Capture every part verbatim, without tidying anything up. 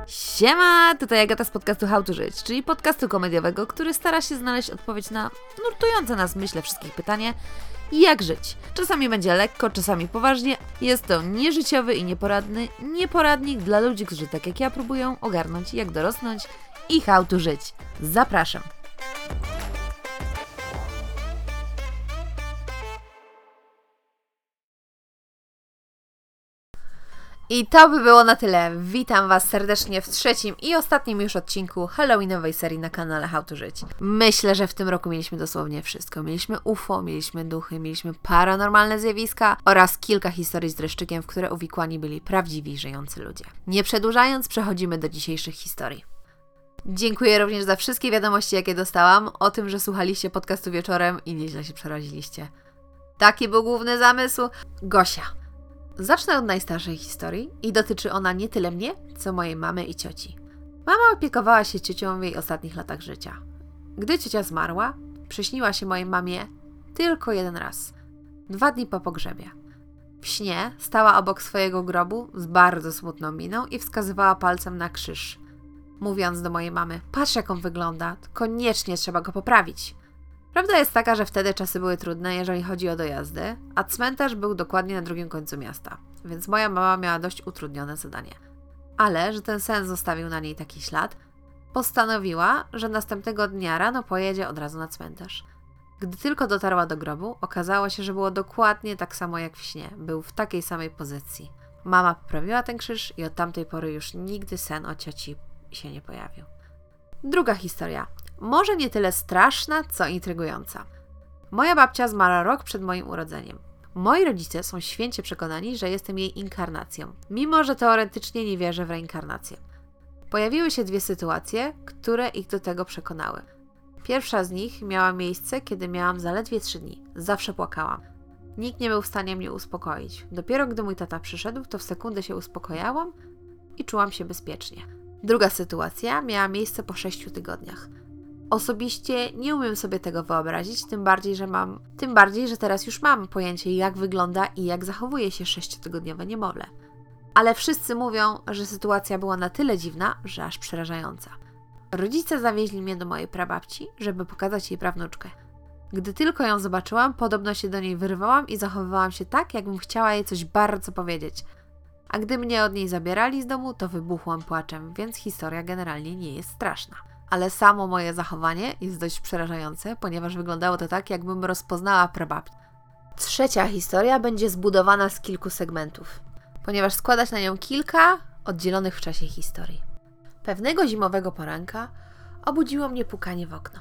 Siema, tutaj Agata z podcastu How to Żyć, czyli podcastu komediowego, który stara się znaleźć odpowiedź na nurtujące nas, myślę, wszystkich pytanie, jak żyć. Czasami będzie lekko, czasami poważnie. Jest to nieżyciowy i nieporadny nieporadnik dla ludzi, którzy tak jak ja próbują ogarnąć, jak dorosnąć i how to żyć. Zapraszam. I to by było na tyle. Witam Was serdecznie w trzecim i ostatnim już odcinku halloweenowej serii na kanale How to Żyć. Myślę, że w tym roku mieliśmy dosłownie wszystko. Mieliśmy U F O, mieliśmy duchy, mieliśmy paranormalne zjawiska oraz kilka historii z dreszczykiem, w które uwikłani byli prawdziwi, żyjący ludzie. Nie przedłużając, przechodzimy do dzisiejszych historii. Dziękuję również za wszystkie wiadomości, jakie dostałam, o tym, że słuchaliście podcastu wieczorem i nieźle się przeraziliście. Taki był główny zamysł. Gosia. Zacznę od najstarszej historii i dotyczy ona nie tyle mnie, co mojej mamy i cioci. Mama opiekowała się ciocią w jej ostatnich latach życia. Gdy ciocia zmarła, przyśniła się mojej mamie tylko jeden raz. Dwa dni po pogrzebie. W śnie stała obok swojego grobu z bardzo smutną miną i wskazywała palcem na krzyż, mówiąc do mojej mamy: patrz, jak on wygląda, koniecznie trzeba go poprawić. Prawda jest taka, że wtedy czasy były trudne, jeżeli chodzi o dojazdy, a cmentarz był dokładnie na drugim końcu miasta, więc moja mama miała dość utrudnione zadanie. Ale, że ten sen zostawił na niej taki ślad, postanowiła, że następnego dnia rano pojedzie od razu na cmentarz. Gdy tylko dotarła do grobu, okazało się, że było dokładnie tak samo jak w śnie, był w takiej samej pozycji. Mama poprawiła ten krzyż i od tamtej pory już nigdy sen o cioci się nie pojawił. Druga historia. Może nie tyle straszna, co intrygująca. Moja babcia zmarła rok przed moim urodzeniem. Moi rodzice są święcie przekonani, że jestem jej inkarnacją, mimo że teoretycznie nie wierzę w reinkarnację. Pojawiły się dwie sytuacje, które ich do tego przekonały. Pierwsza z nich miała miejsce, kiedy miałam zaledwie trzy dni. Zawsze płakałam. Nikt nie był w stanie mnie uspokoić. Dopiero gdy mój tata przyszedł, to w sekundę się uspokojałam i czułam się bezpiecznie. Druga sytuacja miała miejsce po sześciu tygodniach. Osobiście nie umiem sobie tego wyobrazić, tym bardziej, że mam, tym bardziej, że teraz już mam pojęcie, jak wygląda i jak zachowuje się sześciotygodniowe niemowlę. Ale wszyscy mówią, że sytuacja była na tyle dziwna, że aż przerażająca. Rodzice zawieźli mnie do mojej prababci, żeby pokazać jej prawnuczkę. Gdy tylko ją zobaczyłam, podobno się do niej wyrwałam i zachowywałam się tak, jakbym chciała jej coś bardzo powiedzieć. A gdy mnie od niej zabierali z domu, to wybuchłam płaczem, więc historia generalnie nie jest straszna. Ale samo moje zachowanie jest dość przerażające, ponieważ wyglądało to tak, jakbym rozpoznała prababcię. Trzecia historia będzie zbudowana z kilku segmentów, ponieważ składać na nią kilka oddzielonych w czasie historii. Pewnego zimowego poranka obudziło mnie pukanie w okno.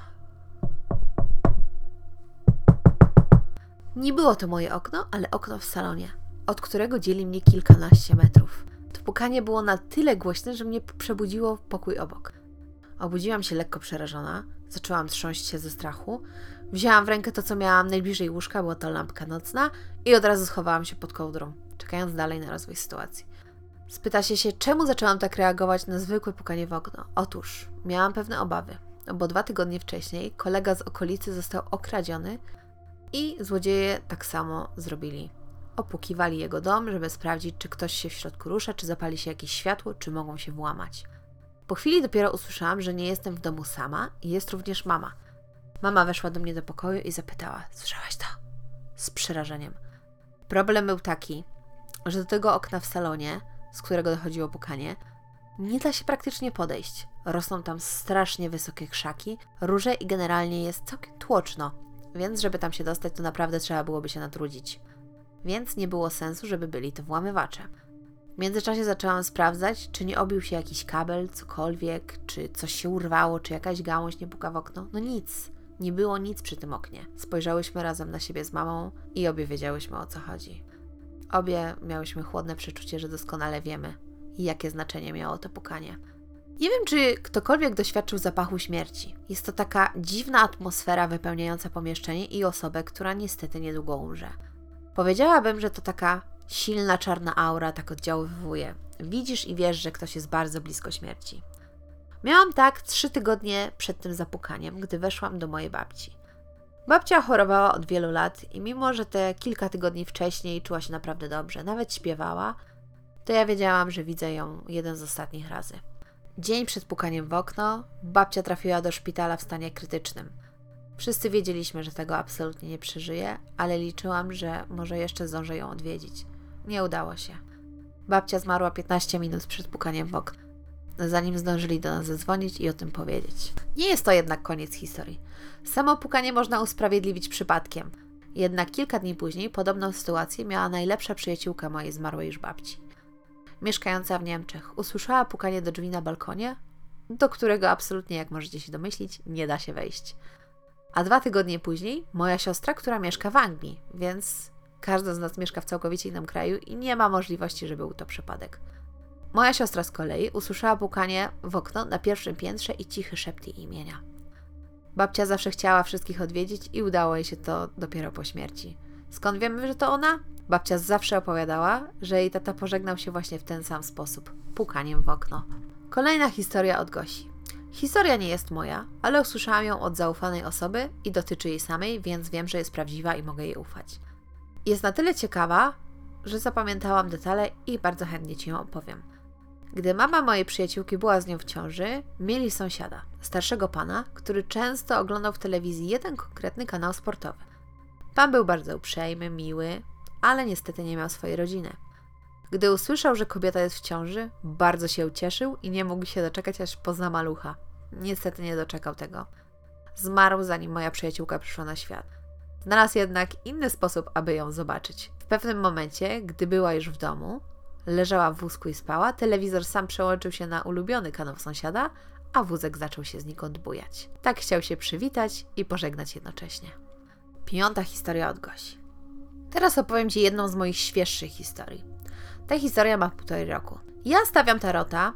Nie było to moje okno, ale okno w salonie, od którego dzieli mnie kilkanaście metrów. To pukanie było na tyle głośne, że mnie przebudziło w pokój obok. Obudziłam się lekko przerażona, zaczęłam trząść się ze strachu, wzięłam w rękę to, co miałam najbliżej łóżka, była to lampka nocna i od razu schowałam się pod kołdrą, czekając dalej na rozwój sytuacji. Spytacie się, czemu zaczęłam tak reagować na zwykłe pukanie w okno? Otóż miałam pewne obawy, bo dwa tygodnie wcześniej kolega z okolicy został okradziony i złodzieje tak samo zrobili. Opukiwali jego dom, żeby sprawdzić, czy ktoś się w środku rusza, czy zapali się jakieś światło, czy mogą się włamać. Po chwili dopiero usłyszałam, że nie jestem w domu sama i jest również mama. Mama weszła do mnie do pokoju i zapytała: słyszałaś to? Z przerażeniem. Problem był taki, że do tego okna w salonie, z którego dochodziło pukanie, nie da się praktycznie podejść. Rosną tam strasznie wysokie krzaki, róże i generalnie jest całkiem tłoczno, więc żeby tam się dostać, to naprawdę trzeba byłoby się natrudzić. Więc nie było sensu, żeby byli to włamywacze. W międzyczasie zaczęłam sprawdzać, czy nie obił się jakiś kabel, cokolwiek, czy coś się urwało, czy jakaś gałąź nie puka w okno. No nic, nie było nic przy tym oknie. Spojrzałyśmy razem na siebie z mamą i obie wiedziałyśmy, o co chodzi. Obie miałyśmy chłodne przeczucie, że doskonale wiemy, jakie znaczenie miało to pukanie. Nie wiem, czy ktokolwiek doświadczył zapachu śmierci. Jest to taka dziwna atmosfera wypełniająca pomieszczenie i osobę, która niestety niedługo umrze. Powiedziałabym, że to taka silna czarna aura tak oddziaływuje. Widzisz i wiesz, że ktoś jest bardzo blisko śmierci. Miałam tak trzy tygodnie przed tym zapukaniem, gdy weszłam do mojej babci. Babcia chorowała od wielu lat i mimo, że te kilka tygodni wcześniej czuła się naprawdę dobrze, nawet śpiewała, to ja wiedziałam, że widzę ją jeden z ostatnich razy. Dzień przed pukaniem w okno babcia trafiła do szpitala w stanie krytycznym. Wszyscy wiedzieliśmy, że tego absolutnie nie przeżyje, ale liczyłam, że może jeszcze zdążę ją odwiedzić. Nie udało się. Babcia zmarła piętnaście minut przed pukaniem w okno, zanim zdążyli do nas zadzwonić i o tym powiedzieć. Nie jest to jednak koniec historii. Samo pukanie można usprawiedliwić przypadkiem. Jednak kilka dni później podobną sytuację miała najlepsza przyjaciółka mojej zmarłej już babci. Mieszkająca w Niemczech usłyszała pukanie do drzwi na balkonie, do którego absolutnie, jak możecie się domyślić, nie da się wejść. A dwa tygodnie później moja siostra, która mieszka w Anglii, więc każda z nas mieszka w całkowicie innym kraju i nie ma możliwości, żeby był to przypadek. Moja siostra z kolei usłyszała pukanie w okno na pierwszym piętrze i cichy szept jej imienia. Babcia zawsze chciała wszystkich odwiedzić i udało jej się to dopiero po śmierci. Skąd wiemy, że to ona? Babcia zawsze opowiadała, że jej tata pożegnał się właśnie w ten sam sposób, pukaniem w okno. Kolejna historia od Gosi. Historia nie jest moja, ale usłyszałam ją od zaufanej osoby i dotyczy jej samej, więc wiem, że jest prawdziwa i mogę jej ufać. Jest na tyle ciekawa, że zapamiętałam detale i bardzo chętnie Ci ją opowiem. Gdy mama mojej przyjaciółki była z nią w ciąży, mieli sąsiada, starszego pana, który często oglądał w telewizji jeden konkretny kanał sportowy. Pan był bardzo uprzejmy, miły, ale niestety nie miał swojej rodziny. Gdy usłyszał, że kobieta jest w ciąży, bardzo się ucieszył i nie mógł się doczekać, aż pozna malucha. Niestety nie doczekał tego. Zmarł, zanim moja przyjaciółka przyszła na świat. Znalazł jednak inny sposób, aby ją zobaczyć. W pewnym momencie, gdy była już w domu, leżała w wózku i spała, telewizor sam przełączył się na ulubiony kanał sąsiada, a wózek zaczął się znikąd bujać. Tak chciał się przywitać i pożegnać jednocześnie. Piąta historia od Gosi. Teraz opowiem Ci jedną z moich świeższych historii. Ta historia ma półtorej roku. Ja stawiam tarota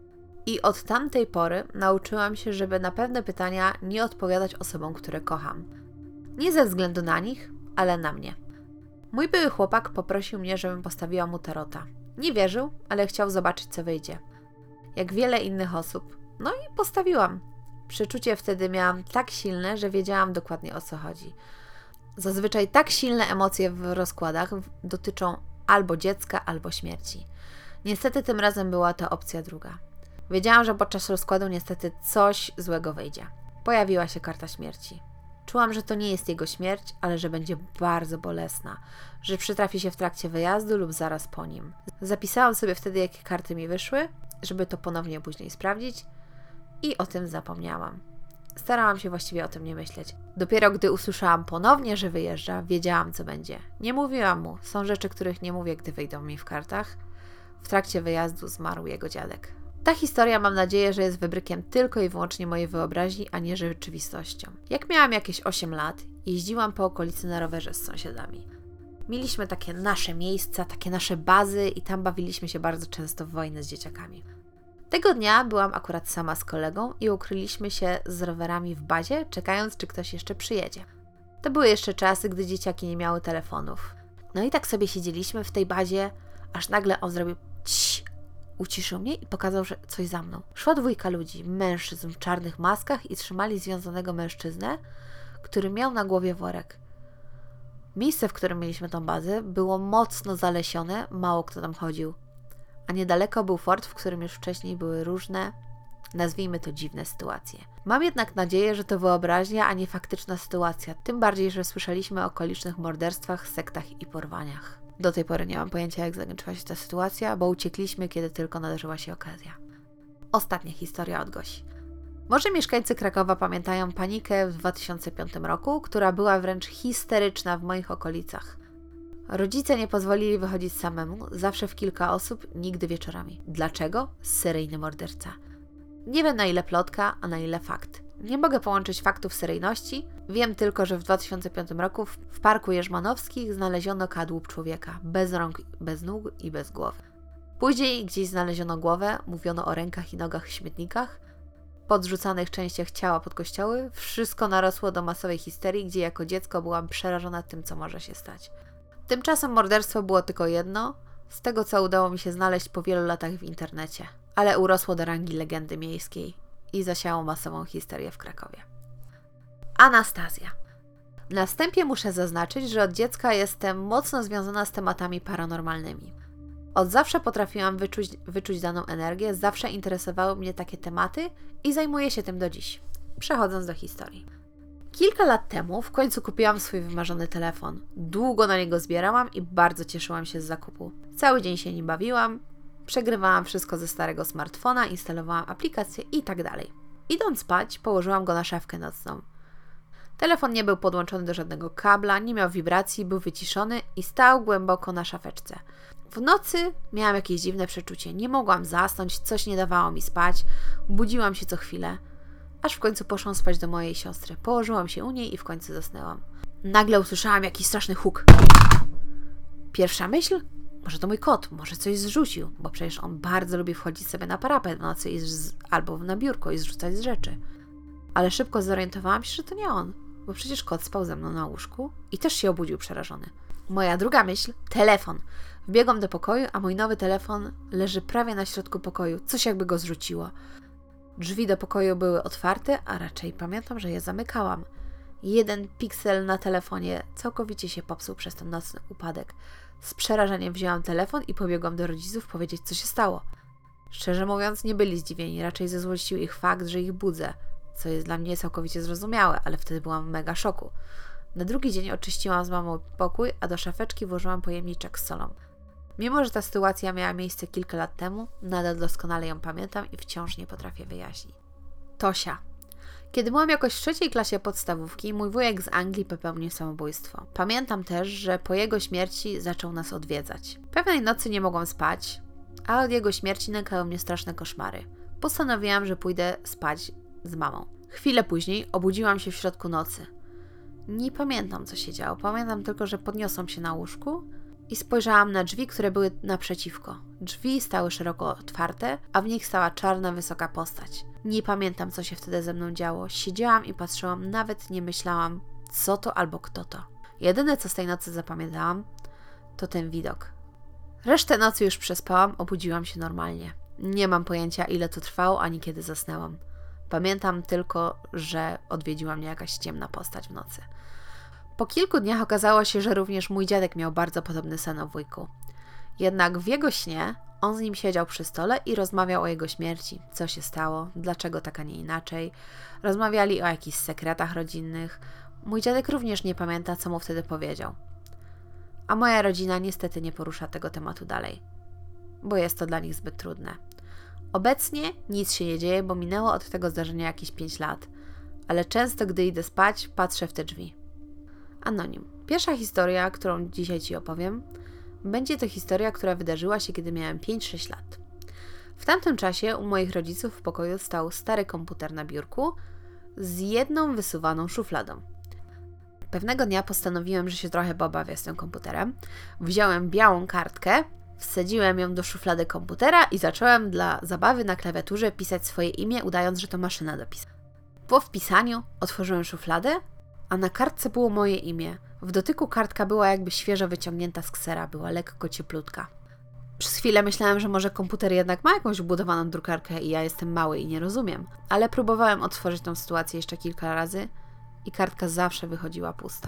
i od tamtej pory nauczyłam się, żeby na pewne pytania nie odpowiadać osobom, które kocham. Nie ze względu na nich, ale na mnie. Mój były chłopak poprosił mnie, żebym postawiła mu tarota. Nie wierzył, ale chciał zobaczyć, co wyjdzie. Jak wiele innych osób. No i postawiłam. Przeczucie wtedy miałam tak silne, że wiedziałam dokładnie, o co chodzi. Zazwyczaj tak silne emocje w rozkładach dotyczą albo dziecka, albo śmierci. Niestety tym razem była to opcja druga. Wiedziałam, że podczas rozkładu niestety coś złego wyjdzie. Pojawiła się karta śmierci. Czułam, że to nie jest jego śmierć, ale że będzie bardzo bolesna, że przytrafi się w trakcie wyjazdu lub zaraz po nim. Zapisałam sobie wtedy, jakie karty mi wyszły, żeby to ponownie później sprawdzić i o tym zapomniałam. Starałam się właściwie o tym nie myśleć. Dopiero gdy usłyszałam ponownie, że wyjeżdża, wiedziałam, co będzie. Nie mówiłam mu. Są rzeczy, których nie mówię, gdy wyjdą mi w kartach. W trakcie wyjazdu zmarł jego dziadek. Ta historia, mam nadzieję, że jest wybrykiem tylko i wyłącznie mojej wyobraźni, a nie rzeczywistością. Jak miałam jakieś osiem lat, jeździłam po okolicy na rowerze z sąsiadami. Mieliśmy takie nasze miejsca, takie nasze bazy i tam bawiliśmy się bardzo często w wojnę z dzieciakami. Tego dnia byłam akurat sama z kolegą i ukryliśmy się z rowerami w bazie, czekając, czy ktoś jeszcze przyjedzie. To były jeszcze czasy, gdy dzieciaki nie miały telefonów. No i tak sobie siedzieliśmy w tej bazie, aż nagle on zrobił cii, uciszył mnie i pokazał, że coś za mną. Szła dwójka ludzi, mężczyzn w czarnych maskach i trzymali związanego mężczyznę, który miał na głowie worek. Miejsce, w którym mieliśmy tą bazę, było mocno zalesione, mało kto tam chodził. A niedaleko był fort, w którym już wcześniej były różne, nazwijmy to dziwne sytuacje. Mam jednak nadzieję, że to wyobraźnia, a nie faktyczna sytuacja, tym bardziej, że słyszeliśmy o okolicznych morderstwach, sektach i porwaniach. Do tej pory nie mam pojęcia, jak zakończyła się ta sytuacja, bo uciekliśmy, kiedy tylko nadarzyła się okazja. Ostatnia historia od Gosi. Może mieszkańcy Krakowa pamiętają panikę w dwa tysiące piątym roku, która była wręcz histeryczna w moich okolicach. Rodzice nie pozwolili wychodzić samemu, zawsze w kilka osób, nigdy wieczorami. Dlaczego? Seryjny morderca. Nie wiem, na ile plotka, a na ile fakt. Nie mogę połączyć faktów seryjności. Wiem tylko, że w dwa tysiące piątym roku w, w Parku Jerzmanowskich znaleziono kadłub człowieka, bez rąk, bez nóg i bez głowy. Później gdzieś znaleziono głowę, mówiono o rękach i nogach w śmietnikach, podrzucanych częściach ciała pod kościoły. Wszystko narosło do masowej histerii, gdzie jako dziecko byłam przerażona tym, co może się stać. Tymczasem morderstwo było tylko jedno, z tego co udało mi się znaleźć po wielu latach w internecie, ale urosło do rangi legendy miejskiej i zasiało masową histerię w Krakowie. Anastazja. Na wstępie muszę zaznaczyć, że od dziecka jestem mocno związana z tematami paranormalnymi. Od zawsze potrafiłam wyczuć, wyczuć daną energię, zawsze interesowały mnie takie tematy i zajmuję się tym do dziś. Przechodząc do historii. Kilka lat temu w końcu kupiłam swój wymarzony telefon. Długo na niego zbierałam i bardzo cieszyłam się z zakupu. Cały dzień się nim bawiłam, przegrywałam wszystko ze starego smartfona, instalowałam aplikacje i tak dalej. Idąc spać, położyłam go na szafkę nocną. Telefon nie był podłączony do żadnego kabla, nie miał wibracji, był wyciszony i stał głęboko na szafeczce. W nocy miałam jakieś dziwne przeczucie. Nie mogłam zasnąć, coś nie dawało mi spać. Budziłam się co chwilę. Aż w końcu poszłam spać do mojej siostry. Położyłam się u niej i w końcu zasnęłam. Nagle usłyszałam jakiś straszny huk. Pierwsza myśl? Może to mój kot, może coś zrzucił, bo przecież on bardzo lubi wchodzić sobie na parapet w nocy i z, albo na biurko i zrzucać z rzeczy. Ale szybko zorientowałam się, że to nie on, bo przecież kot spał ze mną na łóżku i też się obudził przerażony. Moja druga myśl? Telefon. Wbiegłam do pokoju, a mój nowy telefon leży prawie na środku pokoju. Coś jakby go zrzuciło. Drzwi do pokoju były otwarte, a raczej pamiętam, że je zamykałam. Jeden piksel na telefonie całkowicie się popsuł przez ten nocny upadek. Z przerażeniem wzięłam telefon i pobiegłam do rodziców powiedzieć, co się stało. Szczerze mówiąc, nie byli zdziwieni, raczej zezłościł ich fakt, że ich budzę, co jest dla mnie całkowicie zrozumiałe, ale wtedy byłam w mega szoku. Na drugi dzień oczyściłam z mamą pokój, a do szafeczki włożyłam pojemniczek z solą. Mimo że ta sytuacja miała miejsce kilka lat temu, nadal doskonale ją pamiętam i wciąż nie potrafię wyjaśnić. Tosia. Kiedy byłam jakoś w trzeciej klasie podstawówki, mój wujek z Anglii popełnił samobójstwo. Pamiętam też, że po jego śmierci zaczął nas odwiedzać. Pewnej nocy nie mogłam spać, a od jego śmierci nękały mnie straszne koszmary. Postanowiłam, że pójdę spać z mamą. Chwilę później obudziłam się w środku nocy. Nie pamiętam, co się działo. Pamiętam tylko, że podniosłam się na łóżku i spojrzałam na drzwi, które były naprzeciwko. Drzwi stały szeroko otwarte, a w nich stała czarna, wysoka postać. Nie pamiętam, co się wtedy ze mną działo. Siedziałam i patrzyłam, nawet nie myślałam, co to albo kto to. Jedyne, co z tej nocy zapamiętałam, to ten widok. Resztę nocy już przespałam, obudziłam się normalnie. Nie mam pojęcia, ile to trwało, ani kiedy zasnęłam. Pamiętam tylko, że odwiedziła mnie jakaś ciemna postać w nocy. Po kilku dniach okazało się, że również mój dziadek miał bardzo podobny sen o wujku. Jednak w jego śnie on z nim siedział przy stole i rozmawiał o jego śmierci, co się stało, dlaczego tak, a nie inaczej. Rozmawiali o jakichś sekretach rodzinnych. Mój dziadek również nie pamięta, co mu wtedy powiedział. A moja rodzina niestety nie porusza tego tematu dalej, bo jest to dla nich zbyt trudne. Obecnie nic się nie dzieje, bo minęło od tego zdarzenia jakieś pięć lat, ale często, gdy idę spać, patrzę w te drzwi. Anonim. Pierwsza historia, którą dzisiaj Ci opowiem, będzie to historia, która wydarzyła się, kiedy miałem pięć sześć lat. W tamtym czasie u moich rodziców w pokoju stał stary komputer na biurku z jedną wysuwaną szufladą. Pewnego dnia postanowiłem, że się trochę pobawię z tym komputerem. Wziąłem białą kartkę, wsadziłem ją do szuflady komputera i zacząłem dla zabawy na klawiaturze pisać swoje imię, udając, że to maszyna do pisania. Po wpisaniu otworzyłem szufladę, a na kartce było moje imię. W dotyku kartka była jakby świeżo wyciągnięta z ksera, była lekko cieplutka. Przez chwilę myślałem, że może komputer jednak ma jakąś wbudowaną drukarkę i ja jestem mały i nie rozumiem, ale próbowałem otworzyć tą sytuację jeszcze kilka razy i kartka zawsze wychodziła pusta.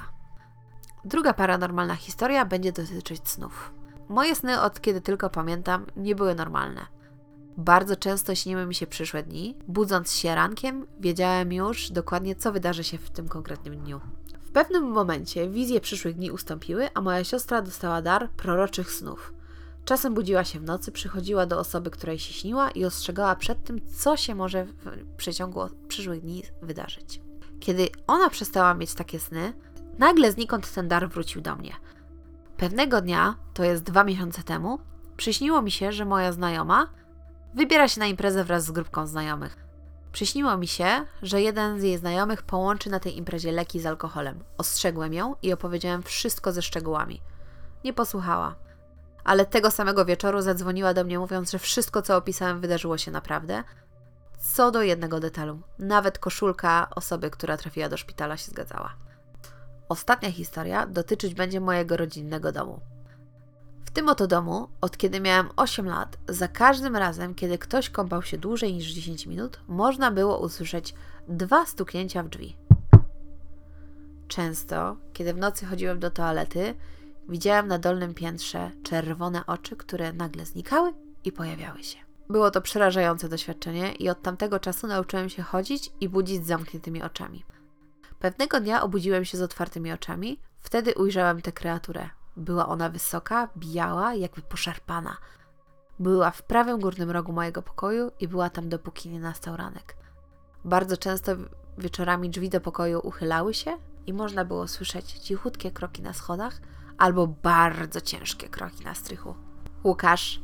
Druga paranormalna historia będzie dotyczyć snów. Moje sny, od kiedy tylko pamiętam, nie były normalne. Bardzo często śniły mi się przyszłe dni. Budząc się rankiem, wiedziałem już dokładnie, co wydarzy się w tym konkretnym dniu. W pewnym momencie wizje przyszłych dni ustąpiły, a moja siostra dostała dar proroczych snów. Czasem budziła się w nocy, przychodziła do osoby, której się śniła i ostrzegała przed tym, co się może w przeciągu przyszłych dni wydarzyć. Kiedy ona przestała mieć takie sny, nagle znikąd ten dar wrócił do mnie. Pewnego dnia, to jest dwa miesiące temu, przyśniło mi się, że moja znajoma wybiera się na imprezę wraz z grupką znajomych. Przyśniło mi się, że jeden z jej znajomych połączy na tej imprezie leki z alkoholem. Ostrzegłem ją i opowiedziałem wszystko ze szczegółami. Nie posłuchała. Ale tego samego wieczoru zadzwoniła do mnie, mówiąc, że wszystko, co opisałem, wydarzyło się naprawdę. Co do jednego detalu. Nawet koszulka osoby, która trafiła do szpitala, się zgadzała. Ostatnia historia dotyczyć będzie mojego rodzinnego domu. W tym oto domu, od kiedy miałem osiem lat, za każdym razem, kiedy ktoś kąpał się dłużej niż dziesięć minut, można było usłyszeć dwa stuknięcia w drzwi. Często, kiedy w nocy chodziłem do toalety, Widziałem na dolnym piętrze czerwone oczy, które nagle znikały i pojawiały się. Było to przerażające doświadczenie i od tamtego czasu nauczyłem się chodzić i budzić z zamkniętymi oczami. Pewnego dnia obudziłem się z otwartymi oczami, wtedy ujrzałem tę kreaturę. Była ona wysoka, biała, jakby poszarpana. Była w prawym górnym rogu mojego pokoju i była tam, dopóki nie nastał ranek. Bardzo często wieczorami drzwi do pokoju uchylały się i można było słyszeć cichutkie kroki na schodach albo bardzo ciężkie kroki na strychu. Łukasz,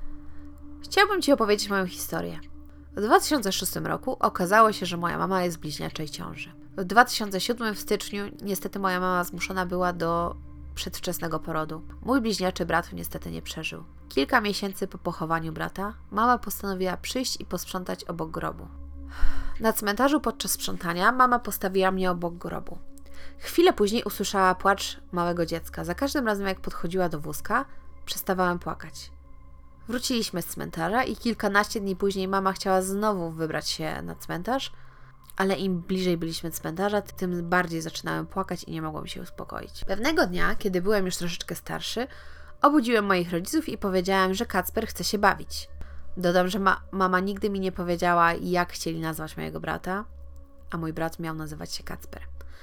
chciałbym Ci opowiedzieć moją historię. W dwa tysiące szóstym roku okazało się, że moja mama jest w bliźniaczej ciąży. W dwa tysiące siódmym w styczniu niestety moja mama zmuszona była do przedwczesnego porodu. Mój bliźniaczy brat niestety nie przeżył. Kilka miesięcy po pochowaniu brata mama postanowiła przyjść i posprzątać obok grobu. Na cmentarzu podczas sprzątania mama postawiła mnie obok grobu. Chwilę później usłyszała płacz małego dziecka. Za każdym razem, jak podchodziła do wózka, przestawałem płakać. Wróciliśmy z cmentarza i kilkanaście dni później mama chciała znowu wybrać się na cmentarz, ale im bliżej byliśmy cmentarza, tym bardziej zaczynałem płakać i nie mogłam się uspokoić. Pewnego dnia, kiedy byłem już troszeczkę starszy, obudziłem moich rodziców i powiedziałem, że Kacper chce się bawić. Dodam, że ma- mama nigdy mi nie powiedziała, jak chcieli nazwać mojego brata, a mój brat miał nazywać się Kacper.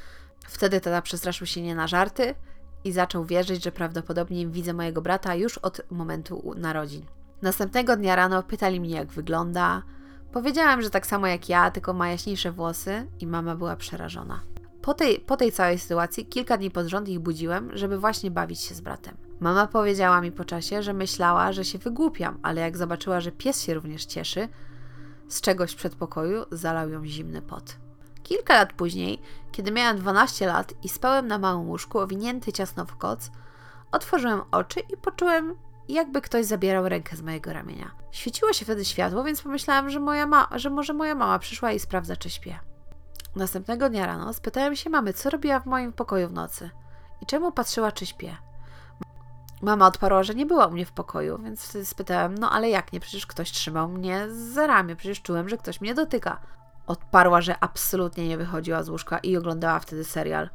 Wtedy tata przestraszył się nie na żarty i zaczął wierzyć, że prawdopodobnie widzę mojego brata już od momentu narodzin. Następnego dnia rano pytali mnie, jak wygląda. Powiedziałem, że tak samo jak ja, tylko ma jaśniejsze włosy i mama była przerażona. Po tej, po tej całej sytuacji kilka dni pod rząd ich budziłem, żeby właśnie bawić się z bratem. Mama powiedziała mi po czasie, że myślała, że się wygłupiam, ale jak zobaczyła, że pies się również cieszy z czegoś w przedpokoju, zalał ją zimny pot. Kilka lat później, kiedy miałem dwanaście lat i spałem na małym łóżku owinięty ciasno w koc, otworzyłem oczy i poczułem, jakby ktoś zabierał rękę z mojego ramienia. Świeciło się wtedy światło, więc pomyślałam, że, moja ma- że może moja mama przyszła i sprawdza, czy śpię. Następnego dnia rano spytałem się mamy, co robiła w moim pokoju w nocy i czemu patrzyła, czy śpię. Mama odparła, że nie była u mnie w pokoju, więc wtedy spytałem, no ale jak nie, przecież ktoś trzymał mnie za ramię, przecież czułem, że ktoś mnie dotyka. Odparła, że absolutnie nie wychodziła z łóżka i oglądała wtedy serial.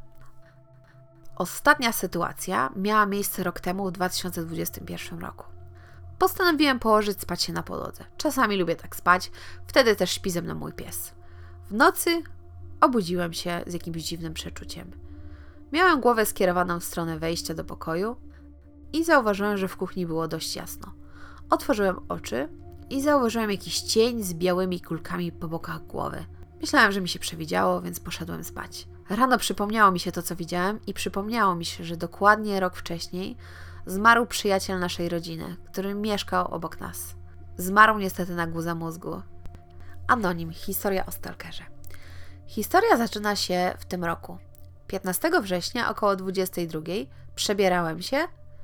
Ostatnia sytuacja miała miejsce rok temu, w dwa tysiące dwudziestym pierwszym roku. Postanowiłem położyć spać się na podłodze. Czasami lubię tak spać, wtedy też śpi ze mną mój pies. W nocy obudziłem się z jakimś dziwnym przeczuciem. Miałem głowę skierowaną w stronę wejścia do pokoju i zauważyłem, że w kuchni było dość jasno. Otworzyłem oczy i zauważyłem jakiś cień z białymi kulkami po bokach głowy. Myślałem, że mi się przewidziało, więc poszedłem spać. Rano przypomniało mi się to, co widziałem i przypomniało mi się, że dokładnie rok wcześniej zmarł przyjaciel naszej rodziny, który mieszkał obok nas. Zmarł niestety na guza mózgu. Anonim. Historia o stalkerze. Historia zaczyna się w tym roku. piętnastego września około dwudziestej drugiej przebierałem się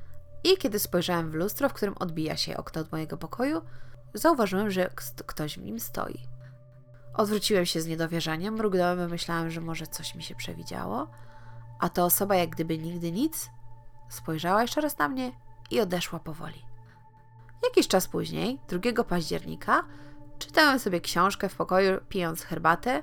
i kiedy spojrzałem w lustro, w którym odbija się okno od mojego pokoju, zauważyłem, że ktoś w nim stoi. Odwróciłem się z niedowierzaniem, mrugnąłem i myślałem, że może coś mi się przewidziało, a ta osoba, jak gdyby nigdy nic, spojrzała jeszcze raz na mnie i odeszła powoli. Jakiś czas później, drugiego października, czytałem sobie książkę w pokoju, pijąc herbatę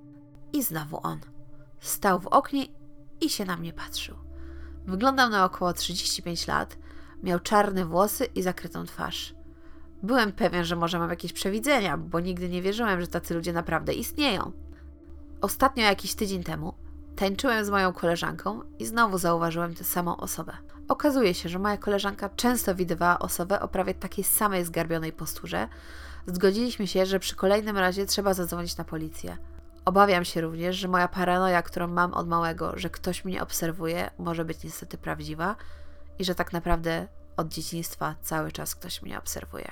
i znowu on. Stał w oknie i się na mnie patrzył. Wyglądał na około trzydzieści pięć lat, miał czarne włosy i zakrytą twarz. Byłem pewien, że może mam jakieś przewidzenia, bo nigdy nie wierzyłem, że tacy ludzie naprawdę istnieją. Ostatnio, jakiś tydzień temu, tańczyłem z moją koleżanką i znowu zauważyłem tę samą osobę. Okazuje się, że moja koleżanka często widywała osobę o prawie takiej samej zgarbionej posturze. Zgodziliśmy się, że przy kolejnym razie trzeba zadzwonić na policję. Obawiam się również, że moja paranoja, którą mam od małego, że ktoś mnie obserwuje, może być niestety prawdziwa i że tak naprawdę od dzieciństwa cały czas ktoś mnie obserwuje.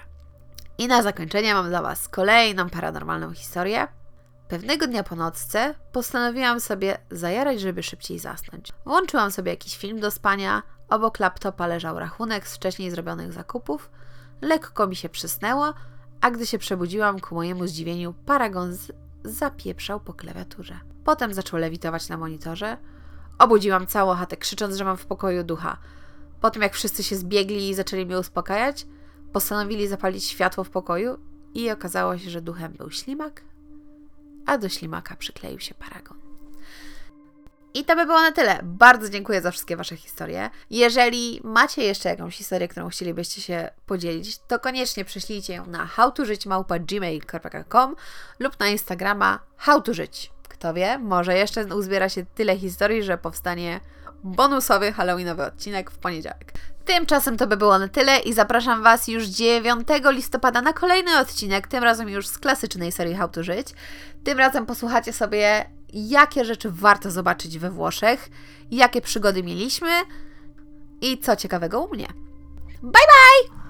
I na zakończenie mam dla Was kolejną paranormalną historię. Pewnego dnia po nocce postanowiłam sobie zajarać, żeby szybciej zasnąć. Włączyłam sobie jakiś film do spania, obok laptopa leżał rachunek z wcześniej zrobionych zakupów, lekko mi się przysnęło, a gdy się przebudziłam, ku mojemu zdziwieniu, paragon z- zapieprzał po klawiaturze. Potem zaczął lewitować na monitorze. Obudziłam całą chatę, krzycząc, że mam w pokoju ducha. Po tym, jak wszyscy się zbiegli i zaczęli mnie uspokajać, postanowili zapalić światło w pokoju i okazało się, że duchem był ślimak, a do ślimaka przykleił się paragon. I to by było na tyle. Bardzo dziękuję za wszystkie Wasze historie. Jeżeli macie jeszcze jakąś historię, którą chcielibyście się podzielić, to koniecznie prześlijcie ją na howtożyć małpa gmail kropka com lub na Instagrama howtożyć. Kto wie, może jeszcze uzbiera się tyle historii, że powstanie bonusowy halloweenowy odcinek w poniedziałek. Tymczasem to by było na tyle i zapraszam Was już dziewiątego listopada na kolejny odcinek, tym razem już z klasycznej serii How to Żyć. Tym razem posłuchacie sobie, jakie rzeczy warto zobaczyć we Włoszech, jakie przygody mieliśmy i co ciekawego u mnie. Bye bye!